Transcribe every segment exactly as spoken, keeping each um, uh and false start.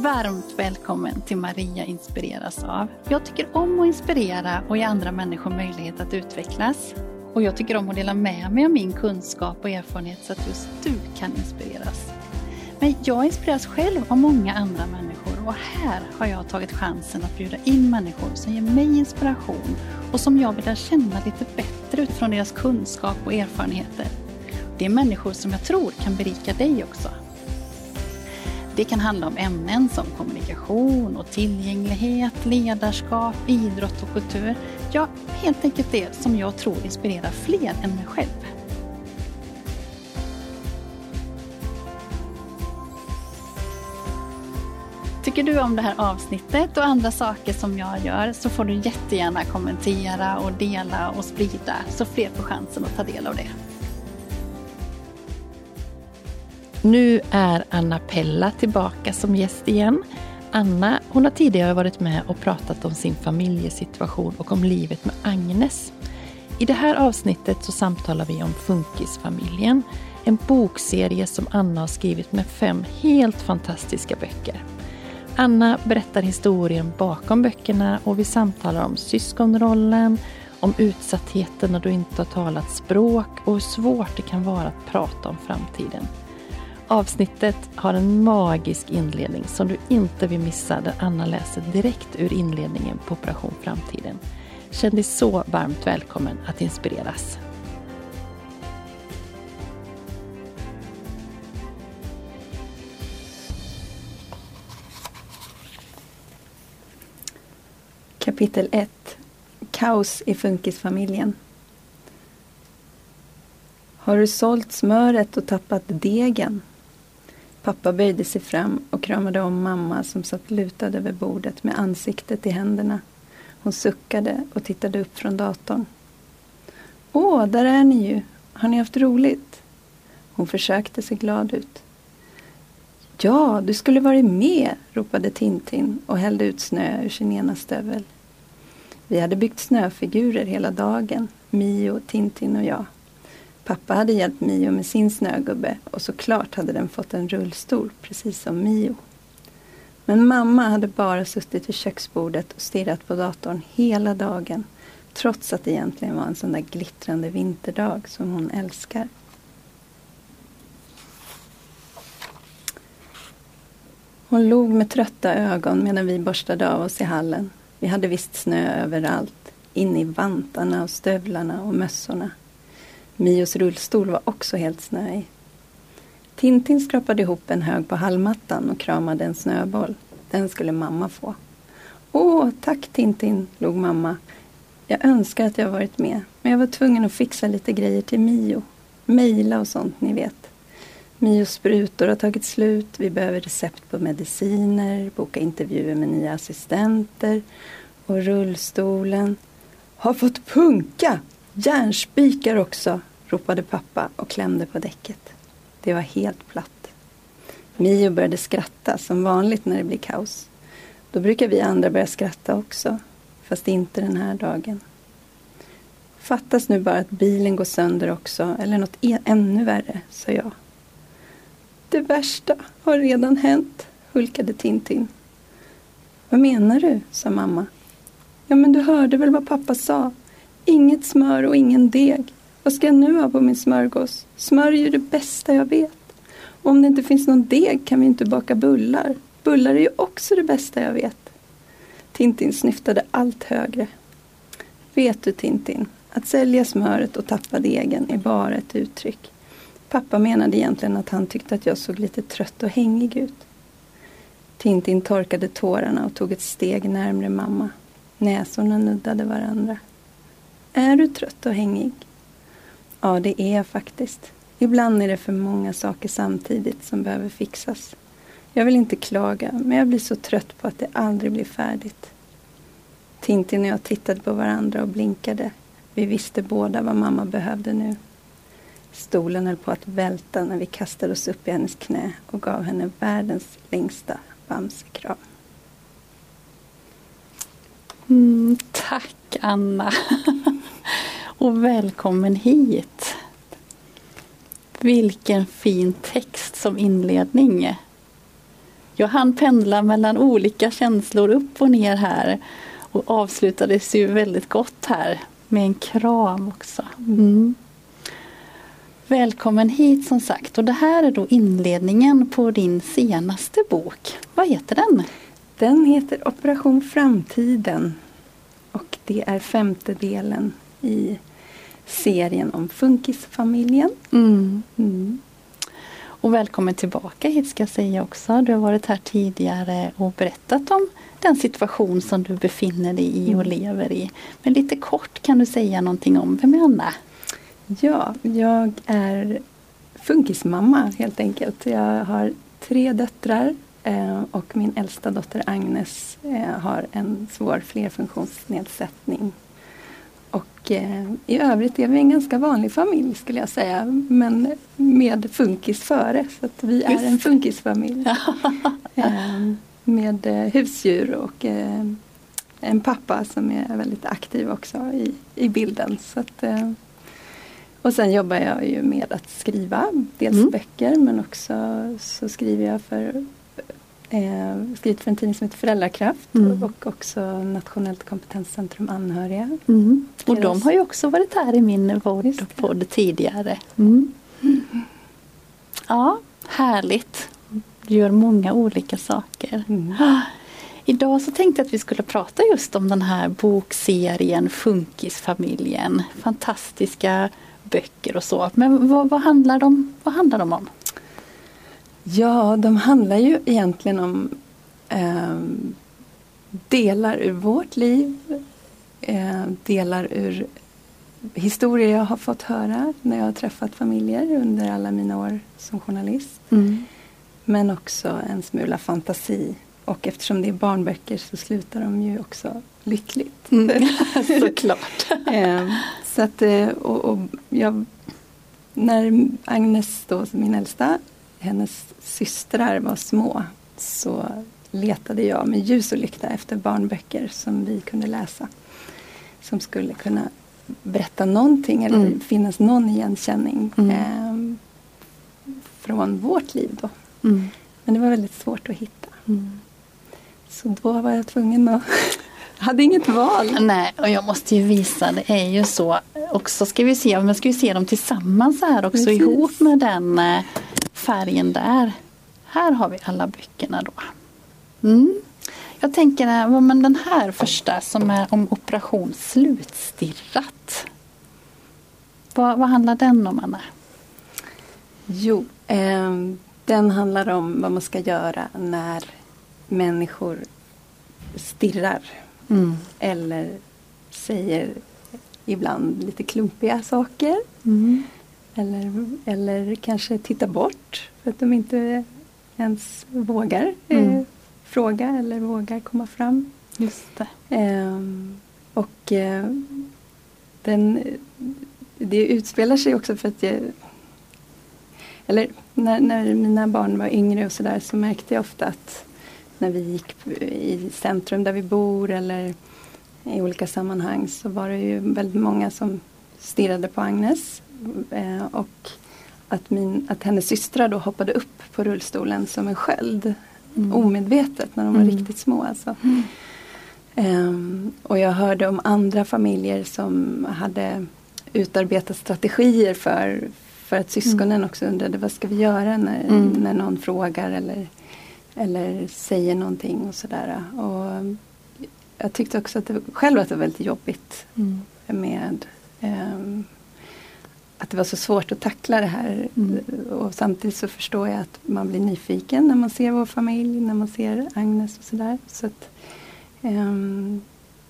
Varmt välkommen till Maria inspireras av. Jag tycker om att inspirera och ge andra människor möjlighet att utvecklas. Och jag tycker om att dela med mig av min kunskap och erfarenhet så att just du kan inspireras. Men jag inspireras själv av många andra människor och här har jag tagit chansen att bjuda in människor som ger mig inspiration och som jag vill lära känna lite bättre utifrån deras kunskap och erfarenheter. Det är människor som jag tror kan berika dig också. Det kan handla om ämnen som kommunikation och tillgänglighet, ledarskap, idrott och kultur. Ja, helt enkelt det som jag tror inspirerar fler än mig själv. Tycker du om det här avsnittet och andra saker som jag gör så får du jättegärna kommentera och dela och sprida så fler får chansen att ta del av det. Nu är Anna Pella tillbaka som gäst igen. Anna, hon har tidigare varit med och pratat om sin familjesituation och om livet med Agnes. I det här avsnittet så samtalar vi om Funkisfamiljen, en bokserie som Anna har skrivit med fem helt fantastiska böcker. Anna berättar historien bakom böckerna och vi samtalar om syskonrollen, om utsattheten när du inte har talat språk och hur svårt det kan vara att prata om framtiden. Avsnittet har en magisk inledning som du inte vill missa där Anna läser direkt ur inledningen på Operation Framtiden. Känn dig så varmt välkommen att inspireras. Kapitel ett. Kaos i Funkisfamiljen. Har du sålt smöret och tappat degen? Pappa böjde sig fram och kramade om mamma som satt lutad över bordet med ansiktet i händerna. Hon suckade och tittade upp från datorn. Åh, där är ni ju. Har ni haft roligt? Hon försökte se glad ut. Ja, du skulle varit med, ropade Tintin och hällde ut snö ur sin ena stövel. Vi hade byggt snöfigurer hela dagen, Mio, Tintin och jag. Pappa hade hjälpt Mio med sin snögubbe och såklart hade den fått en rullstol precis som Mio. Men mamma hade bara suttit vid köksbordet och stirrat på datorn hela dagen trots att det egentligen var en sån där glittrande vinterdag som hon älskar. Hon log med trötta ögon medan vi borstade av oss i hallen. Vi hade visst snö överallt, in i vantarna och stövlarna och mössorna. Mios rullstol var också helt snöig. Tintin skrapade ihop en hög på hallmattan och kramade en snöboll. Den skulle mamma få. Åh, tack Tintin, log mamma. Jag önskar att jag varit med, men jag var tvungen att fixa lite grejer till Mio. Mejla och sånt, ni vet. Mios sprutor har tagit slut, vi behöver recept på mediciner, boka intervjuer med nya assistenter och rullstolen. Har fått punka! Järnspikar också, ropade pappa och klämde på däcket. Det var helt platt. Mio började skratta som vanligt när det blir kaos. Då brukar vi andra börja skratta också, fast inte den här dagen. Fattas nu bara att bilen går sönder också, eller något e- ännu värre, sa jag. Det värsta har redan hänt, hulkade Tintin. Vad menar du, sa mamma. Ja, men du hörde väl vad pappa sa. Inget smör och ingen deg. Vad ska jag nu ha på min smörgås? Smör är ju det bästa jag vet. Och om det inte finns någon deg kan vi inte baka bullar. Bullar är ju också det bästa jag vet. Tintin snyftade allt högre. Vet du, Tintin, att sälja smöret och tappa degen är bara ett uttryck. Pappa menade egentligen att han tyckte att jag såg lite trött och hängig ut. Tintin torkade tårarna och tog ett steg närmare mamma. Näsorna nuddade varandra. Är du trött och hängig? Ja, det är jag faktiskt. Ibland är det för många saker samtidigt som behöver fixas. Jag vill inte klaga, men jag blir så trött på att det aldrig blir färdigt. Tintin och jag tittade på varandra och blinkade. Vi visste båda vad mamma behövde nu. Stolen höll på att välta när vi kastade oss upp i hennes knä och gav henne världens längsta bamsekram. Mm, tack Anna. Och välkommen hit. Vilken fin text som inledning. Jag hann pendla mellan olika känslor upp och ner här. Och avslutades ju väldigt gott här med en kram också. Mm. Välkommen hit som sagt. Och det här är då inledningen på din senaste bok. Vad heter den? Den heter Operation Framtiden. Och det är femte delen i serien om funkisfamiljen. Mm. Mm. Och välkommen tillbaka hit ska jag säga också. Du har varit här tidigare och berättat om den situation som du befinner dig i och mm. lever i. Men lite kort kan du säga någonting om vem är Anna? Ja, jag är funkismamma helt enkelt. Jag har tre döttrar eh, och min äldsta dotter Agnes eh, har en svår flerfunktionsnedsättning. Och eh, i övrigt är vi en ganska vanlig familj skulle jag säga. Men med funkis före. Så att vi är en funkisfamilj. eh, med eh, husdjur och eh, en pappa som är väldigt aktiv också i, i bilden. Så att, eh, och sen jobbar jag ju med att skriva. Dels mm. böcker men också så skriver jag för Eh, skrivit för en tidning som heter Föräldrakraft mm. och också Nationellt kompetenscentrum anhöriga. Mm. Och de har ju också varit här i min podd tidigare. Mm. Mm. Ja, härligt. Du gör många olika saker. Mm. Idag så tänkte jag att vi skulle prata just om den här bokserien Funkisfamiljen. Fantastiska böcker och så. Men vad, vad, handlar, de, vad handlar de om? Ja, de handlar ju egentligen om eh, delar ur vårt liv, eh, delar ur historier jag har fått höra när jag har träffat familjer under alla mina år som journalist. Mm. Men också en smula fantasi. Och eftersom det är barnböcker så slutar de ju också lyckligt. Mm. Såklart. eh, så att, och, och jag, när Agnes då, min äldsta, hennes systrar var små så letade jag med ljus och lykta efter barnböcker som vi kunde läsa. Som skulle kunna berätta någonting eller mm. finnas någon igenkänning mm. eh, från vårt liv då. Mm. Men det var väldigt svårt att hitta. Mm. Så då var jag tvungen att... Jag hade inget val. Nej, och jag måste ju visa, det är ju så. Och så ska vi se, men ska vi se dem tillsammans här också. Precis. Ihop med den färgen där. Här har vi alla böckerna då. Mm. Jag tänker, men den här första som är om operation slutstirrat. Vad, vad handlar den om, Anna? Jo, eh, den handlar om vad man ska göra när människor stirrar. Mm. Eller säger ibland lite klumpiga saker. Mm. Eller, eller kanske tittar bort för att de inte ens vågar mm. eh, fråga eller vågar komma fram. Just det. Eh, och eh, den, det utspelar sig också för att jag, eller när, när mina barn var yngre och sådär så märkte jag ofta att när vi gick i centrum där vi bor eller i olika sammanhang så var det ju väldigt många som stirrade på Agnes. Eh, och att, min, att hennes systrar då hoppade upp på rullstolen som en sköld. Mm. Omedvetet när de var mm. riktigt små. Alltså. Mm. Eh, och jag hörde om andra familjer som hade utarbetat strategier för, för att syskonen mm. också undrade vad ska vi göra när, mm. när någon frågar eller, eller säger någonting och sådär. Och jag tyckte också att det, själv att det var väldigt jobbigt mm. med um, att det var så svårt att tackla det här. Mm. Och samtidigt så förstår jag att man blir nyfiken när man ser vår familj, när man ser Agnes och sådär. Så att, um,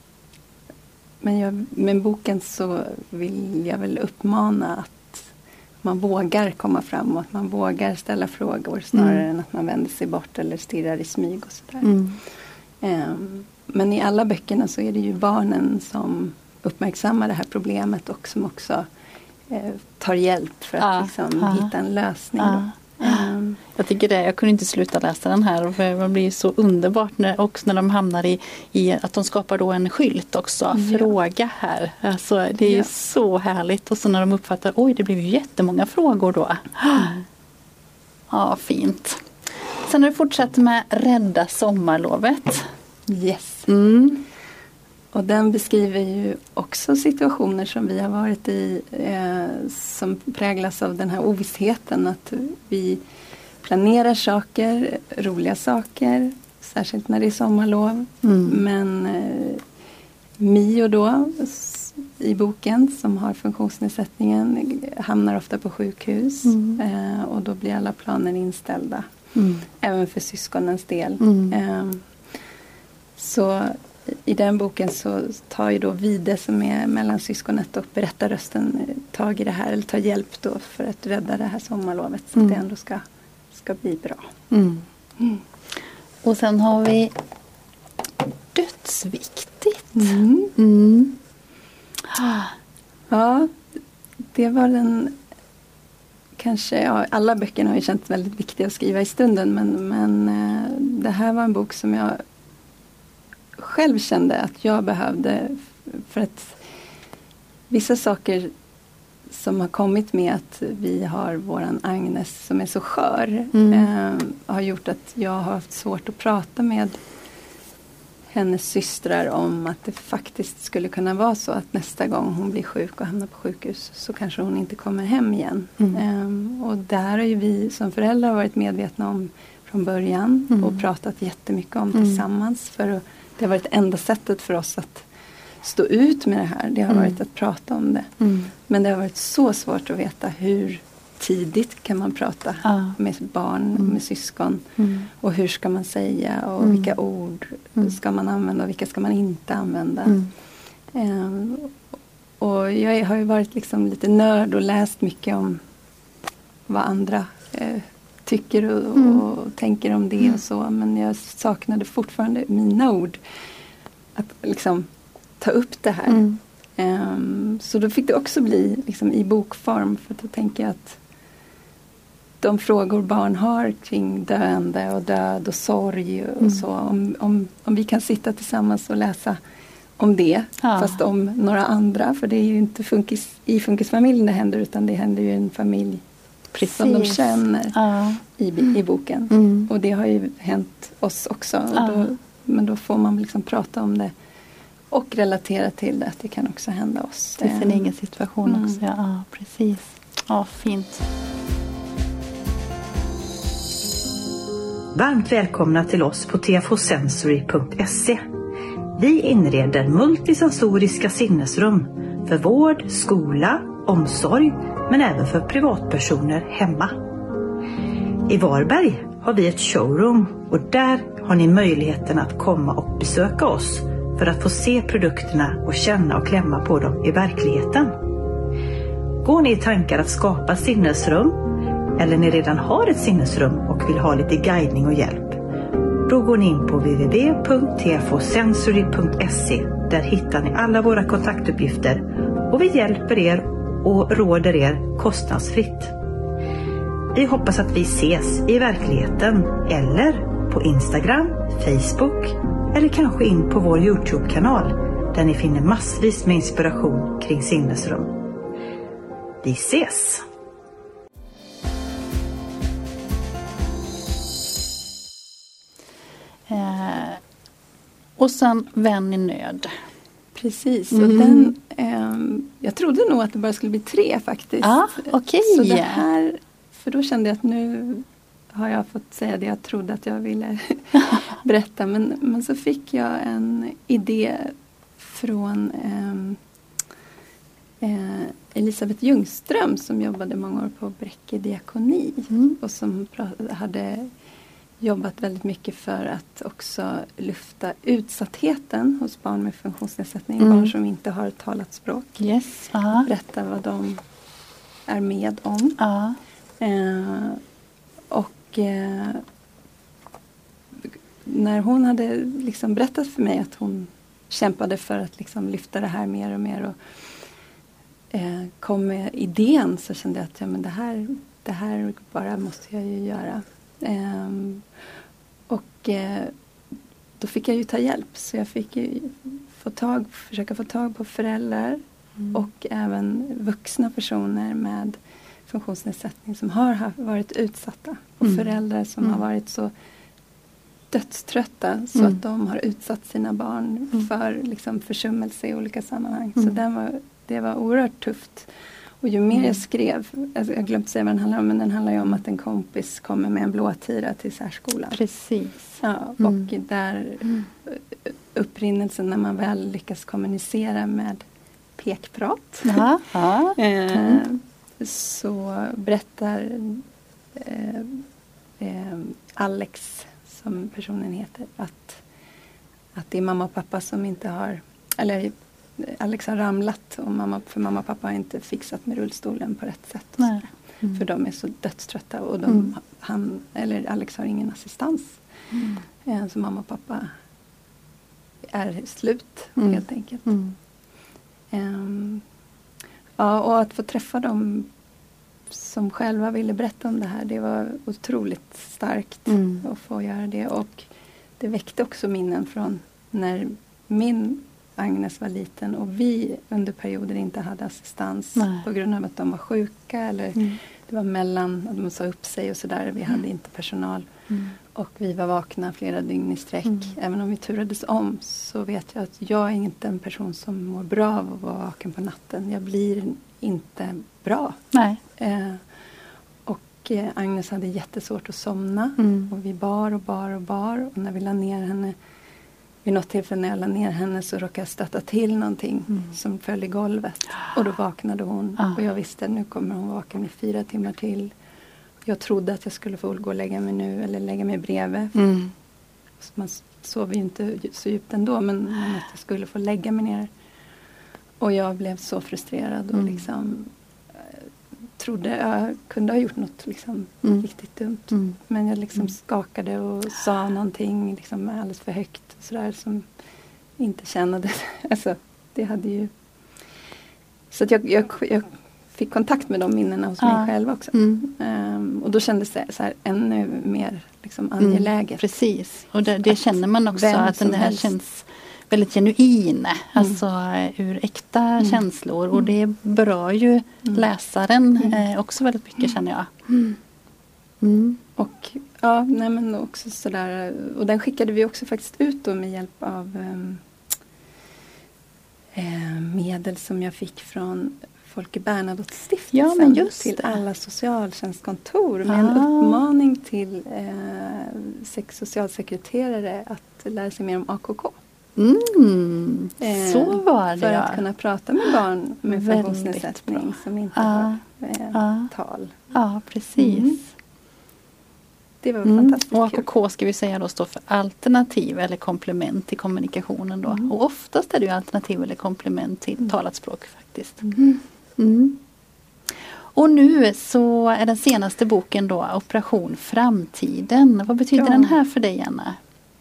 men jag, med boken så vill jag väl uppmana att man vågar komma fram och att man vågar ställa frågor snarare mm. än att man vänder sig bort eller stirrar i smyg och sådär. Mm. Um, men i alla böckerna så är det ju barnen som uppmärksammar det här problemet och som också eh, tar hjälp för att ja, liksom, ja. hitta en lösning. Ja. Um, jag tycker det, jag kunde inte sluta läsa den här för det blir så underbart när, också när de hamnar i, i att de skapar då en skylt också, ja. fråga här. Alltså, det är ja. ju så härligt och så när de uppfattar, oj det blev ju jättemånga frågor då. Mm. Ja, fint. Sen har du fortsatt med Rädda sommarlovet. Yes. Mm. Och den beskriver ju också situationer som vi har varit i eh, som präglas av den här ovissheten att vi planerar saker, roliga saker, särskilt när det är sommarlov. Mm. Men eh, Mio då i boken som har funktionsnedsättningen hamnar ofta på sjukhus mm. eh, och då blir alla planer inställda. Mm. Även för syskonens del. Mm. Eh, så i den boken så tar ju då Vide som är mellansyskonet och berättarrösten tag i det här eller tar hjälp då för att rädda det här sommarlovet så mm. att det ändå ska, ska bli bra. Mm. Mm. Och sen har vi Dödsviktigt. Mm. Mm. Ja, det var den kanske, ja, alla böckerna har ju känts väldigt viktiga att skriva i stunden men, men eh, det här var en bok som jag själv kände att jag behövde för att vissa saker som har kommit med att vi har våran Agnes som är så skör mm. eh, har gjort att jag har haft svårt att prata med hennes systrar om att det faktiskt skulle kunna vara så att nästa gång hon blir sjuk och hamnar på sjukhus så kanske hon inte kommer hem igen. Mm. Eh, och där har ju vi som föräldrar varit medvetna om från början mm. och pratat jättemycket om mm. tillsammans för att det har varit enda sättet för oss att stå ut med det här. Det har mm. varit att prata om det. Mm. Men det har varit så svårt att veta hur tidigt kan man prata ah. med barn, mm. med syskon. Mm. Och hur ska man säga och mm. vilka ord mm. ska man använda och vilka ska man inte använda. Mm. Um, och jag har ju varit liksom lite nörd och läst mycket om vad andra uh, tycker och, mm. och tänker om det och så. Men jag saknade fortfarande mina ord. Att liksom ta upp det här. Mm. Um, så då fick det också bli liksom, i bokform. För då tänker jag att de frågor barn har kring döende och död och sorg och mm. så. Om, om, om vi kan sitta tillsammans och läsa om det. Ja. Fast om några andra. För det är ju inte funkis, i funkisfamiljen det händer utan det händer ju i en familj. Precis. Som de känner ja. i, i boken. Mm. Och det har ju hänt oss också. Ja. Och då, men då får man liksom prata om det. Och relatera till det. Att det kan också hända oss. Till sin egen situation mm. också. Ja, ja, precis. Ja, fint. Varmt välkomna till oss på t f o sensory punkt se. Vi inreder multisensoriska sinnesrum för vård, skola, omsorg men även för privatpersoner hemma. I Varberg har vi ett showroom och där har ni möjligheten att komma och besöka oss för att få se produkterna och känna och klämma på dem i verkligheten. Går ni i tankar att skapa sinnesrum eller ni redan har ett sinnesrum och vill ha lite guidning och hjälp, då går ni in på w w w punkt t f o sensory punkt se. Där hittar ni alla våra kontaktuppgifter och vi hjälper er och råder er kostnadsfritt. Vi hoppas att vi ses i verkligheten eller på Instagram, Facebook eller kanske in på vår YouTube-kanal där ni finner massvis med inspiration kring sinnesrum. Vi ses! Eh, och sen Vän i nöd. Precis, och mm. den, eh, jag trodde nog att det bara skulle bli tre faktiskt. Ja, okej. Så det här, för då kände jag att nu har jag fått säga det jag trodde att jag ville berätta. Men, men så fick jag en idé från eh, eh, Elisabeth Ljungström som jobbade många år på Bräcke diakoni. Mm. Och som hade jobbat väldigt mycket för att också lyfta utsattheten hos barn med funktionsnedsättning. Mm. Barn som inte har talat språk. Yes. Uh-huh. Berätta vad de är med om. Uh-huh. Eh, och eh, när hon hade liksom berättat för mig att hon kämpade för att liksom lyfta det här mer och mer och eh, kom med idén, så kände jag att ja, men det här, det här bara måste jag ju göra. Um, och uh, då fick jag ju ta hjälp, så jag fick ju få tag, försöka få tag på föräldrar mm. och även vuxna personer med funktionsnedsättning som har haft, varit utsatta. Och Mm. föräldrar som Mm. har varit så dödströtta så Mm. att de har utsatt sina barn Mm. för liksom, försummelse i olika sammanhang. Mm. Så den var, det var oerhört tufft. Och ju mer Mm. jag skrev, alltså jag glömde säga vad den handlar om, men den handlar ju om att en kompis kommer med en blåtira till särskolan. Precis. Ja, och Mm. där Mm. upprinnelsen när man väl lyckas kommunicera med pekprat. Ja. Ja. eh, så berättar eh, eh, Alex, som personen heter, att, att det är mamma och pappa som inte har, eller Alex har ramlat och mamma, för mamma och pappa har inte fixat med rullstolen på rätt sätt. Nej. Mm. För de är så dödströtta och de, Mm. han, eller Alex har ingen assistans. Mm. Eh, så mamma och pappa är slut Mm. helt enkelt. Mm. Um, ja, och att få träffa dem som själva ville berätta om det här, det var otroligt starkt Mm. att få göra det. Och det väckte också minnen från när min Agnes var liten och vi under perioder inte hade assistans. Nej. På grund av att de var sjuka eller Mm. det var mellan, att de sa upp sig och sådär. Vi hade inte personal. Mm. Och vi var vakna flera dygn i sträck. Mm. Även om vi turades om så vet jag att jag är inte en person som mår bra av att vara vaken på natten. Jag blir inte bra. Nej. Eh, och eh, Agnes hade jättesvårt att somna. Mm. Och vi bar och bar och bar. Och när vi la ner henne, vid något tillfälle när jag la ner henne så råkade jag stöta till någonting Mm. som föll i golvet. Och då vaknade hon. Ah. Och jag visste att nu kommer hon vaken i fyra timmar till. Jag trodde att jag skulle få gå och lägga mig nu eller lägga mig bredvid. Mm. Så man sov ju inte så djupt ändå, men, men att jag skulle få lägga mig ner. Och jag blev så frustrerad och Mm. liksom eh, trodde jag kunde ha gjort något liksom Mm. riktigt dumt. Mm. Men jag liksom Mm. skakade och sa någonting liksom alldeles för högt och sådär som inte kändes. Alltså, det hade ju... Så att jag, jag, jag fick kontakt med de minnena hos Ja. mig själv också. Mm. Um, och då kändes det så här ännu mer liksom angeläget. Mm, precis. Och det, det Att känner man också vem att den som här helst. känns väldigt genuin. Alltså eh, ur äkta Mm. känslor. Och det berör ju Mm. läsaren Mm. eh, också väldigt mycket känner jag. Mm. Och ja, nej men också sådär. Och den skickade vi också faktiskt ut då med hjälp av um, eh, medel som jag fick från Folke Bernadotte-stiftelsen. Ja, men just till det. alla socialtjänstkontor med Ah. en uppmaning till eh, sex socialsekreterare att lära sig mer om A K K. Mm. Eh, Så var det För ja. att kunna prata med barn med Väldigt funktionsnedsättning bra. som inte Ja. har eh, Ja. tal. Ja, precis. Mm. Det var Mm. fantastiskt Och kul. A K K ska vi säga då står för alternativ eller komplement till kommunikationen då. Mm. Och oftast är det ju alternativ eller komplement till Mm. talat språk faktiskt. Mm. Mm. Och nu så är den senaste boken då Operation Framtiden. Vad betyder Ja. den här för dig, Anna?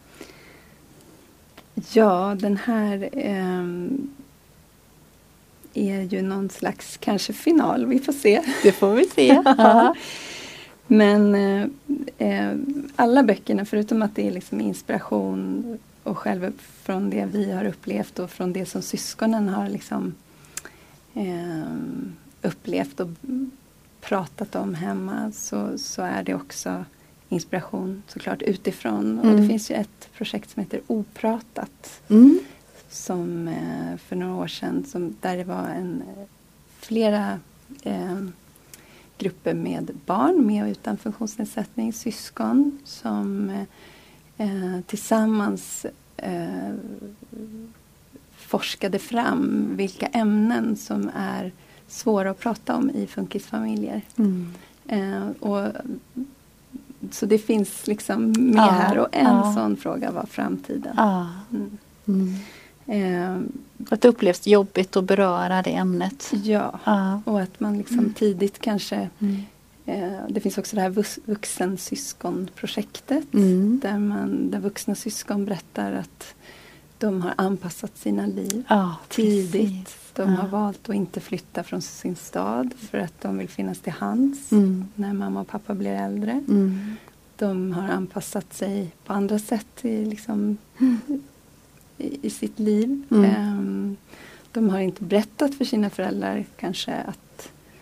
Ja, den här ehm, är ju någon slags kanske final, vi får se. Det får vi se. Ja. Men eh, eh, alla böckerna, förutom att det är liksom inspiration och själva från det vi har upplevt och från det som syskonen har liksom eh, upplevt och pratat om hemma, så, så är det också inspiration såklart utifrån. Mm. Och det finns ju ett projekt som heter Opratat Mm. som eh, för några år sedan som, där det var en, eh, flera eh, grupper med barn med och utan funktionsnedsättning, syskon som eh, eh, tillsammans eh, forskade fram vilka ämnen som är svåra att prata om i funkisfamiljer. Mm. Eh, och, så det finns liksom med Ja, här och en ja. sån fråga var framtiden. Ja. Mm. Mm. Eh, Att det upplevs jobbigt att beröra det ämnet. ja, Ja. och att man liksom Mm. tidigt kanske Mm. eh, det finns också det här vux- vuxensyskonprojektet Mm. där, man, där vuxna syskon berättar att de har anpassat sina liv Ja, tidigt. precis. De Ja. har valt att inte flytta från sin stad för att de vill finnas till hands Mm. när mamma och pappa blir äldre. Mm. De har anpassat sig på andra sätt i, liksom, i, i sitt liv. Mm. Ehm, de har inte berättat för sina föräldrar kanske att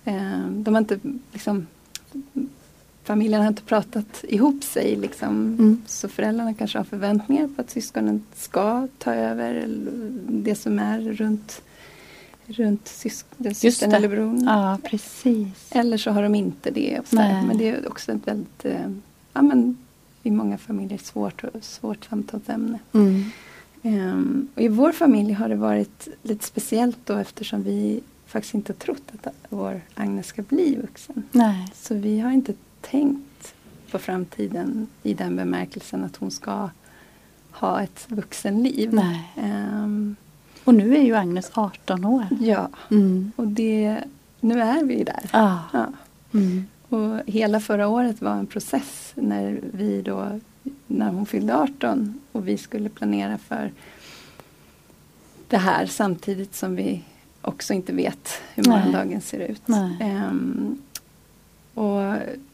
eh, de har inte liksom, familjen har inte pratat ihop sig liksom, Mm. så föräldrarna kanske har förväntningar på att syskonen ska ta över det som är runt, runt sys- den systern det. eller bron. Ja, precis. Eller så har de inte det. Och så där. Men det är också ett väldigt, eh, ja men i många familjer svårt, svårt samtalsämne. Mm. Um, och i vår familj har det varit lite speciellt då eftersom vi faktiskt inte trott att vår Agnes ska bli vuxen. Nej. Så vi har inte tänkt på framtiden i den bemärkelsen att hon ska ha ett vuxenliv. Nej. Um, Och nu är ju Agnes arton år. ja, Mm. och det, nu är vi där. Ah. Ja. Mm. Och hela förra året var en process när vi då, när hon fyllde arton och vi skulle planera för det här samtidigt som vi också inte vet hur morgondagen ser ut. Um, och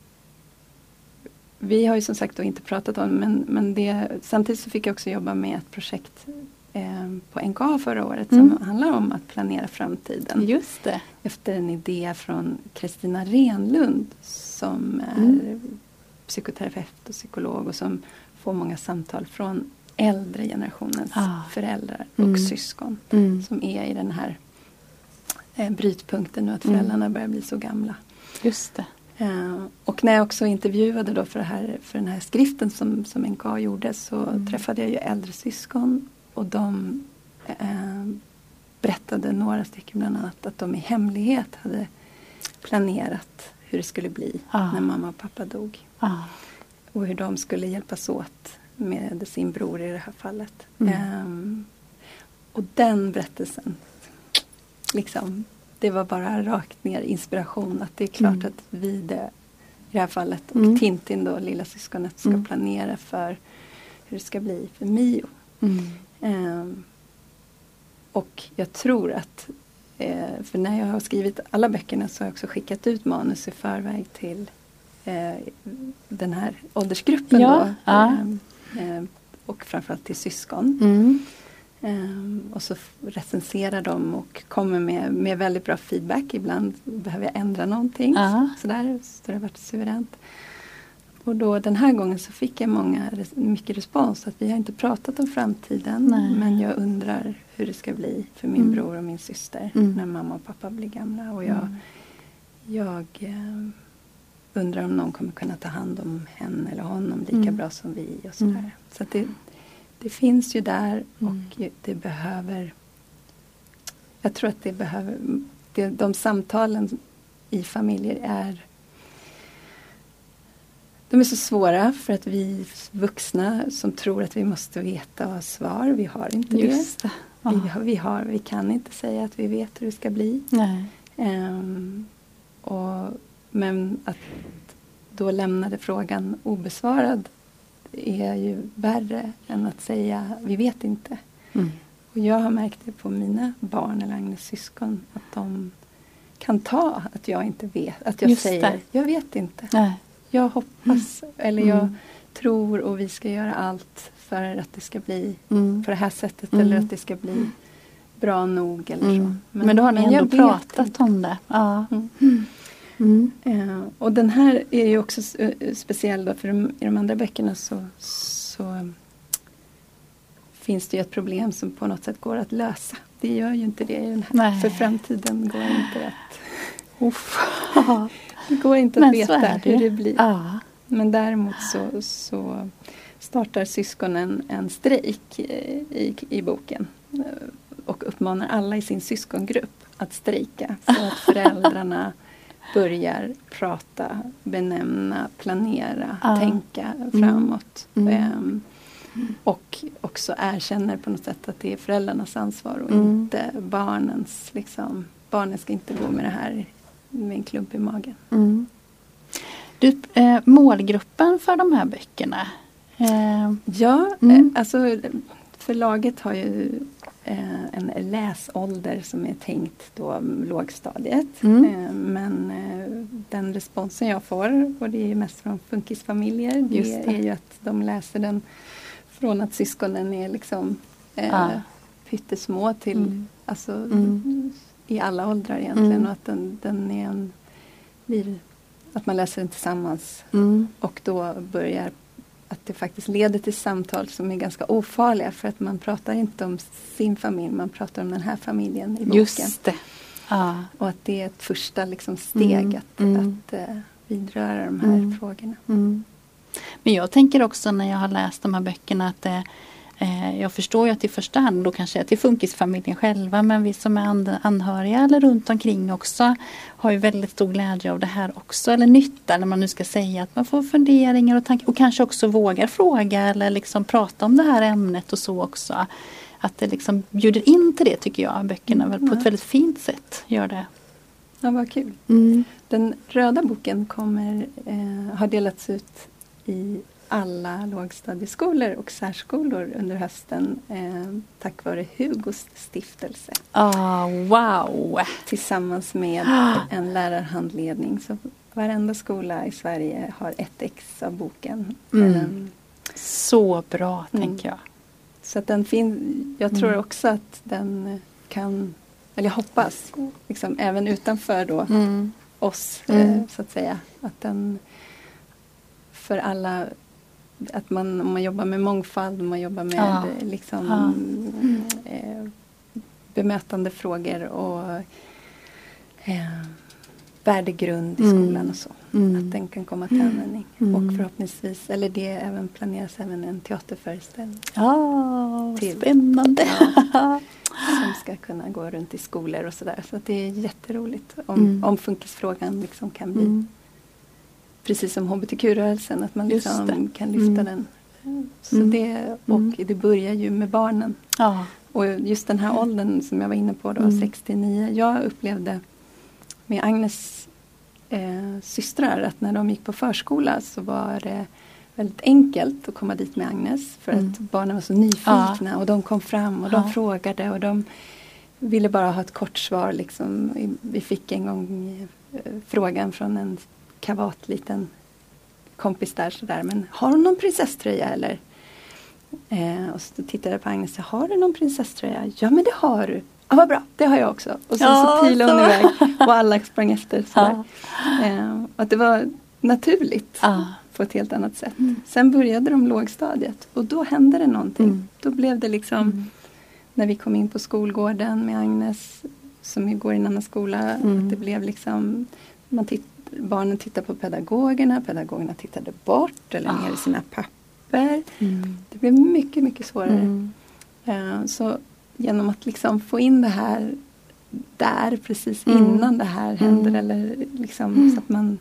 vi har ju som sagt då inte pratat om men, men det, samtidigt så fick jag också jobba med ett projekt um, på N K A förra året mm. som handlar om att planera framtiden. Just det. Efter en idé från Kristina Renlund som är Mm. psykoterapeut och psykolog och som får många samtal från äldre generationens Ah. föräldrar och Mm. syskon Mm. som är i den här eh, brytpunkten nu att Mm. föräldrarna börjar bli så gamla. Just det. Eh, och när jag också intervjuade då för, det här, för den här skriften som, som N K A gjorde så Mm. träffade jag ju äldre syskon och de eh, berättade några stycken bland annat att de i hemlighet hade planerat hur det skulle bli Ah. när mamma och pappa dog. Ah. Och hur de skulle hjälpas åt med sin bror i det här fallet. Mm. Um, och den berättelsen, liksom, det var bara rakt ner inspiration. Att det är klart Mm. att vi det, i det här fallet, och Mm. Tintin då, lilla syskonet, ska Mm. planera för hur det ska bli för Mio. Mm. Um, och jag tror att, eh, för när jag har skrivit alla böckerna så har jag också skickat ut manus i förväg till eh, den här åldersgruppen Ja, då. ja. Eh, eh, och framförallt till syskon. Mm. Eh, och så f- recenserar de och kommer med, med väldigt bra feedback. Ibland behöver jag ändra någonting. Ja. Sådär, så det har varit suveränt. Och då den här gången så fick jag många, mycket respons. Att vi har inte pratat om framtiden. Nej. Men jag undrar hur det ska bli för min Mm. bror och min syster. Mm. När mamma och pappa blir gamla. Och jag, Mm. jag eh, undrar om någon kommer kunna ta hand om henne eller honom lika Mm. bra som vi. Och sådär. Mm. Så att det, det finns ju där. Mm. Och det behöver... Jag tror att det behöver... Det, de samtalen i familjer är... De är så svåra för att vi vuxna som tror att vi måste veta och ha svar. Vi har inte Just det. det. Vi, Ja. har, vi, har, vi kan inte säga att vi vet hur det ska bli. Nej. Ehm, och, men att då lämnade frågan obesvarad är ju värre än att säga vi vet inte. Mm. Och jag har märkt det på mina barn eller Agnes syskon att de kan ta att jag inte vet. Att jag Just säger det. jag vet inte. Nej. Jag hoppas eller jag Mm. tror och vi ska göra allt för att det ska bli Mm. på det här sättet Mm. eller att det ska bli bra nog eller Mm. så. Men, då har ni jag ändå vet pratat inte. om det. Ja. Mm. Mm. Eh, och den här är ju också s- eh, speciell då, för de, i de andra böckerna så, så um, finns det ju ett problem som på något sätt går att lösa. Det gör ju inte det i den här. Nej. För framtiden går inte att, Uff. det går inte Men att så veta är det. hur det blir. Ja. Men däremot så, så startar syskonen en strejk i, i, i boken. eh, Och uppmanar alla i sin syskongrupp att strejka. Så att föräldrarna börjar prata, benämna, planera, Ja. tänka Mm. framåt. Mm. Ehm, och också erkänner på något sätt att det är föräldrarnas ansvar och Mm. inte barnens. Liksom, barnen ska inte gå med det här med en klump i magen. Mm. Du, eh, målgruppen för de här böckerna? Eh, Ja, Mm. eh, alltså förlaget har ju eh, en läsålder som är tänkt då lågstadiet. Mm. Eh, men eh, den responsen jag får, och det är mest från funkisfamiljer, det, Just det. är ju att de läser den från att syskonen är liksom eh, Ja. pyttesmå till Mm. alltså Mm. i alla åldrar egentligen. Mm. Och att den, den är en blir att man läser den tillsammans. Mm. Och då börjar att det faktiskt leder till samtal som är ganska ofarliga. För att man pratar inte om sin familj, man pratar om den här familjen i boken. Just det. Ja. Och att det är ett första liksom, steg Mm. att, Mm. att uh, vidröra de här Mm. frågorna. Mm. Men jag tänker också när jag har läst de här böckerna att det, eh, jag förstår ju att i första hand då kanske är till funkisfamiljen själva, men vi som är and- anhöriga eller runt omkring också har ju väldigt stor glädje av det här också, eller nytta när man nu ska säga att man får funderingar och tankar och kanske också vågar fråga eller liksom prata om det här ämnet och så också. Att det liksom bjuder in till det tycker jag, böckerna väl på ett väldigt fint sätt gör det. Ja, vad kul. Mm. Den röda boken kommer eh, har delats ut i alla lågstadieskolor och särskolor under hösten eh, tack vare Hugos stiftelse. Ah, wow! Tillsammans med en lärarhandledning. Så varenda skola i Sverige har ett ex av boken. Mm. Eh, Så bra Mm. tänker jag. så att den fin- jag tror också att den kan, eller jag hoppas, liksom, även utanför då Mm. oss Mm. eh, så att säga. Att den för alla, att man, om man jobbar med mångfald, om man jobbar med Ja. eh, liksom Ja. mm, eh, bemötande frågor och eh, värdegrund i Mm. skolan och så. Mm. Att den kan komma till användning. Mm. Och förhoppningsvis, eller det även planeras även en teaterföreställning Ja, Till- spännande. som ska kunna gå runt i skolor och sådär. Så att det är jätteroligt om, Mm. om funkisfrågan liksom kan bli Mm. precis som H B T Q-rörelsen, att man Just liksom det. kan lyfta Mm. den. Så Mm. det, och Mm. det börjar ju med barnen. Ja. Och just den här åldern som jag var inne på då, Mm. sex till nio. Jag upplevde med Agnes eh, systrar att när de gick på förskola så var det väldigt enkelt att komma dit med Agnes. För Mm. att barnen var så nyfikna Ja. och de kom fram och Ja. de frågade och de ville bara ha ett kort svar. Liksom. Vi fick en gång eh, frågan från en kavat liten kompis där sådär. Men har hon någon prinsesströja eller? Eh, och så tittade jag på Agnes. Har du någon prinsesströja? Ja men det har du. Ja vad bra, det har jag också. Och sen Ja, så pilade hon så. iväg. Och alla sprang efter. Sådär. Ja. Eh, och att det var naturligt. Ja. På ett helt annat sätt. Mm. Sen började de lågstadiet. Och då hände det någonting. Mm. Då blev det liksom. Mm. När vi kom in på skolgården med Agnes. Som ju går i en annan skola. Mm. Det blev liksom. Man titt, barnen tittade på pedagogerna. Pedagogerna tittade bort. Eller ner i sina papper. Mm. Det blev mycket, mycket svårare. Mm. Eh, så genom att liksom få in det här. Där precis Mm. innan det här händer. Mm. Eller liksom Mm. så att man.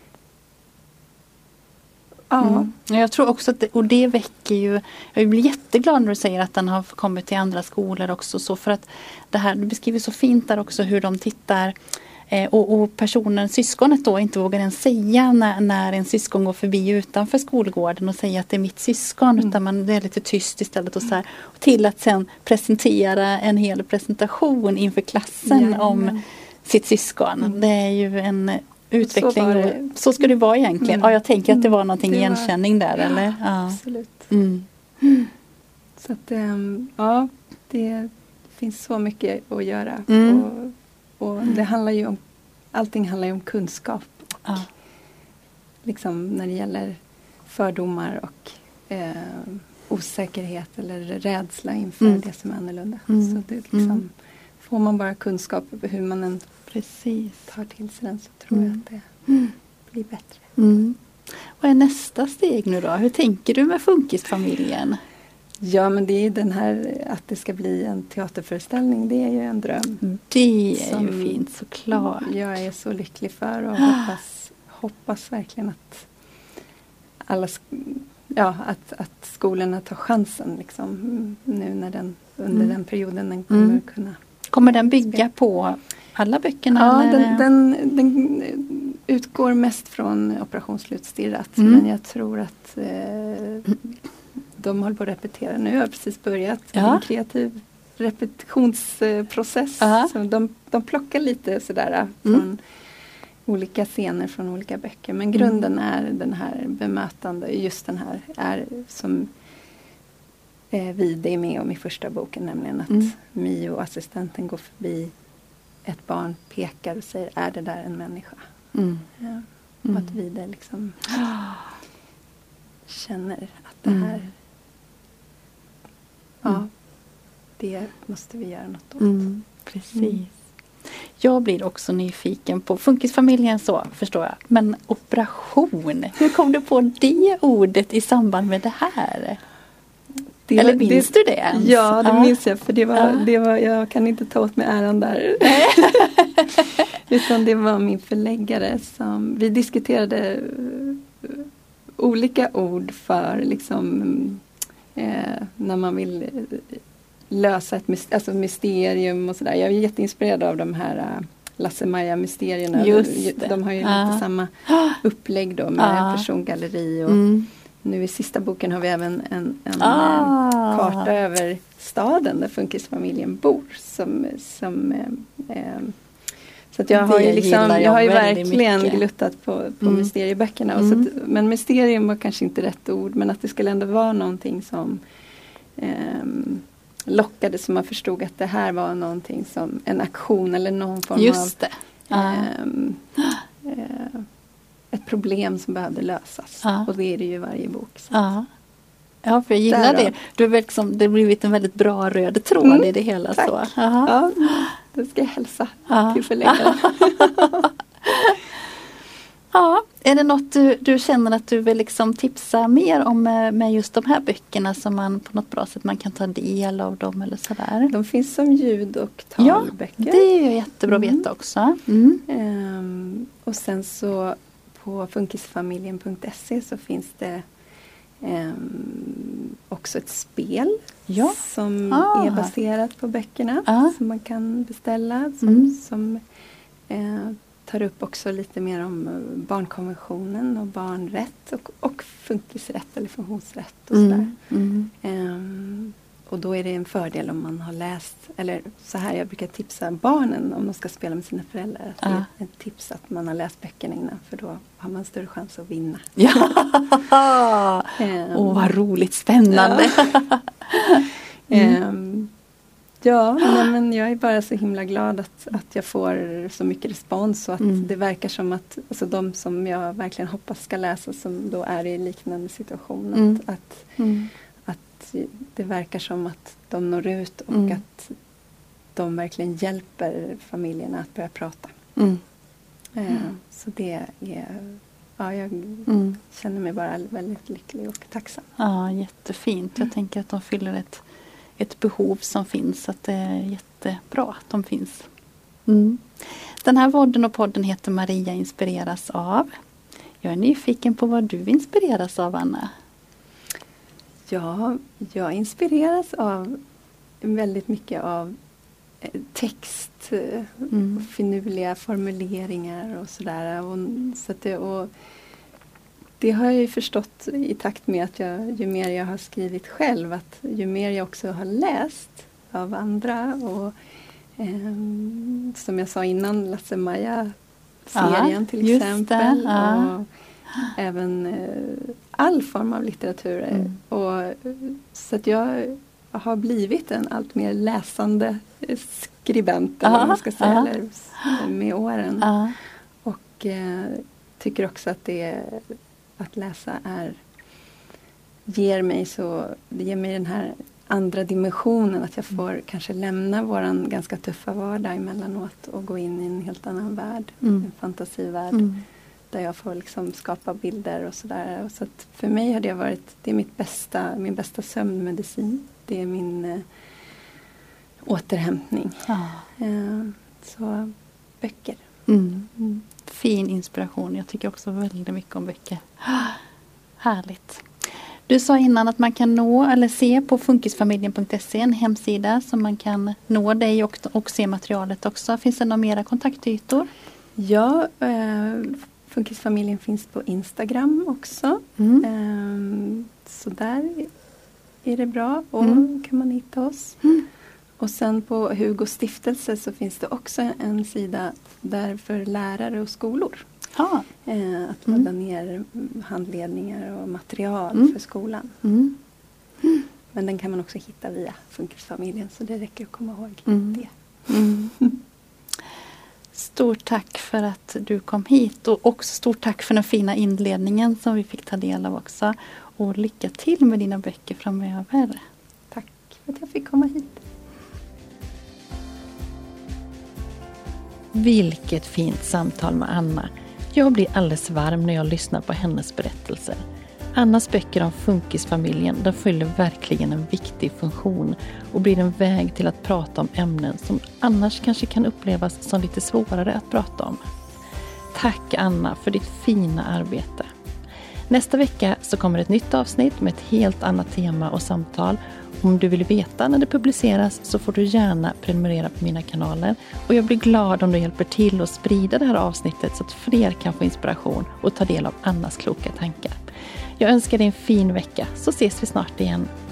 Ja. Mm. Jag tror också att det, och det väcker ju, jag blir jätteglad när du säger att den har kommit till andra skolor också, så för att det här, du beskriver så fint där också hur de tittar eh, och, och personen, syskonet då inte vågar ens säga när, när en syskon går förbi utanför skolgården och säger att det är mitt syskon, Mm. utan man det är lite tyst istället och så här, och till att sen presentera en hel presentation inför klassen Jajamän. om sitt syskon. Mm. Det är ju en utveckling. Så var det. Och, så ska det vara egentligen. Mm. Ja, jag tänker att det var någonting Det var- igenkänning där, Ja, eller? Ja. Absolut. Mm. Så att, ehm, ja, det finns så mycket att göra. Mm. Och, och det handlar ju om, allting handlar ju om kunskap. Ja. Liksom när det gäller fördomar och eh, osäkerhet eller rädsla inför Mm. det som är annorlunda. Mm. Så det liksom, Mm. får man bara kunskap över hur man än Precis. tar till sig den, så tror Mm. jag att det Mm. blir bättre. Mm. Vad är nästa steg nu då? Hur tänker du med funkisfamiljen? Ja, men det är den här att det ska bli en teaterföreställning. Det är ju en dröm. Det är Som- ju fint såklart. Jag är så lycklig för och hoppas, hoppas verkligen att alla sk- ja, att, att skolorna tar chansen liksom, nu när den, under Mm. den perioden den kommer Mm. kunna. Kommer den bygga på alla böckerna? Ja, eller? den, den, den utgår mest från Operation Slutstirrat. Mm. Men jag tror att eh, de håller på att repetera. Nu har jag precis börjat Ja. en kreativ repetitionsprocess. Ja. Så de, de plockar lite sådär Mm. från olika scener från olika böcker. Men grunden är den här bemötande. Just den här är som eh, Vide är med om i första boken. Nämligen att Mm. Mio, assistenten, går förbi ett barn, pekar och säger, är det där en människa? Mm. Eh, att vi det liksom känner att det här Mm. ja, det måste vi göra något åt. Mm, precis. Mm. Jag blir också nyfiken på funkisfamiljen, så förstår jag. Men operation, hur kom du på det ordet i samband med det här? Det, Eller minns det, du det ens? Ja, det Ja. minns jag. För det var, Ja. det var, jag kan inte ta åt mig äran där. Utan det var min förläggare som, vi diskuterade uh, olika ord för liksom eh, när man vill uh, lösa ett myst- alltså mysterium och sådär. Jag är jätteinspirerad av de här uh, Lasse-Maja-mysterierna. Just det. De har ju Ja. lite samma upplägg då med Ja. persongalleri och Mm. nu i sista boken har vi även en, en Ah. eh, karta över staden där funkisfamiljen bor. Som, som, eh, eh, så att jag har Det ju, liksom, gillar jag jag har ju väldigt verkligen mycket. gluttat på, på Mm. mysterieböckerna. Och Mm. så att, men mysterium var kanske inte rätt ord, men att det skulle ändå vara någonting som eh, lockade, så man förstod att det här var någonting som en aktion eller någon form Just av det. Ja. ehm, eh, ett problem som behövde lösas. Ja. Och det är det ju i varje bok. Så. Ja. Ja, för jag gillar Därav. det. Du är väl liksom, det har blivit en väldigt bra röd tråd Mm, i det hela. tack. Så. Jaha. Ja, det ska jag hälsa Ja. till förläggaren. Ja, är det något du, du känner att du vill liksom tipsa mer om med, med just de här böckerna, som man på något bra sätt man kan ta del av dem eller sådär? De finns som ljud- och Ja, talböcker. det är ju jättebra att Mm. veta också. Mm. Ehm, och sen så på funkisfamiljen punkt se så finns det ehm, också ett spel Ja. som Ah. är baserat på böckerna Ah. som man kan beställa. Som, Mm. som eh, tar upp också lite mer om eh, barnkonventionen och barnrätt och, och funkisrätt eller funktionsrätt och sådär. Mm. Mm. Ehm, och då är det en fördel om man har läst, eller så här, jag brukar tipsa barnen om de ska spela med sina föräldrar. Att det Ja. är ett tips att man har läst böckerna innan, för då har man större chans att vinna. Ja, Ehm, åh vad roligt, spännande. Mm. ehm, ja, nej, men jag är bara så himla glad att, att jag får så mycket respons och att Mm. det verkar som att alltså de som jag verkligen hoppas ska läsa, som då är i liknande situation, Mm. att, att Mm. att det verkar som att de når ut och Mm. att de verkligen hjälper familjerna att börja prata. Mm. Eh, Så det är, ja, jag Mm. känner mig bara väldigt lycklig och tacksam. Ja, jättefint. Jag tänker att de fyller ett, ett behov som finns. Att det är jättebra att de finns. Mm. Den här podden och podden heter Maria inspireras av. Jag är nyfiken på vad du inspireras av, Anna. Ja, jag inspireras av väldigt mycket av eh, text, eh, Mm. och finurliga formuleringar och sådär. Och, så att det, och det har jag ju förstått i takt med att jag, ju mer jag har skrivit själv, att ju mer jag också har läst av andra och ehm, som jag sa innan, Lasse-Maja-serien Ja, till just exempel. det, ja. Och även eh, all form av litteratur. Mm. Och, eh, så att jag har blivit en allt mer läsande eh, skribent, eller vad man ska säga, Ja. eller, s- med åren. Ja. Och eh, tycker också att det att läsa är ger mig så det ger mig den här andra dimensionen, att jag får kanske lämna våran ganska tuffa vardag emellanåt och gå in i en helt annan värld, Mm. en fantasivärld Mm. där jag får liksom skapa bilder och sådär. Och så att för mig har det varit, det är mitt bästa, min bästa sömnmedicin. Det är min eh, återhämtning. Ja. Eh, så böcker. Mm. Mm. Fin inspiration. Jag tycker också väldigt mycket om böcker. Härligt. Du sa innan att man kan nå eller se på funkisfamiljen punkt se, en hemsida som man kan nå dig och, och se materialet också. Finns det några mera kontaktytor? Ja, eh, Funkisfamiljen finns på Instagram också. Mm. Eh, så där är det bra och Mm. kan man hitta oss. Mm. Och sen på Hugo stiftelse så finns det också en sida där för lärare och skolor. Ja. Eh, att Mm. ladda ner handledningar och material Mm. för skolan. Mm. Men den kan man också hitta via Funkisfamiljen, så det räcker att komma ihåg Mm. det. Mm. Stort tack för att du kom hit och också stort tack för den fina inledningen som vi fick ta del av också. Och lycka till med dina böcker framöver. Tack för att jag fick komma hit. Vilket fint samtal med Anna. Jag blir alldeles varm när jag lyssnar på hennes berättelser. Annas böcker om funkisfamiljen, de fyller verkligen en viktig funktion och blir en väg till att prata om ämnen som annars kanske kan upplevas som lite svårare att prata om. Tack Anna för ditt fina arbete. Nästa vecka så kommer ett nytt avsnitt med ett helt annat tema och samtal. Om du vill veta när det publiceras så får du gärna prenumerera på mina kanaler. Och jag blir glad om du hjälper till att sprida det här avsnittet så att fler kan få inspiration och ta del av Annas kloka tankar. Jag önskar dig en fin vecka så ses vi snart igen.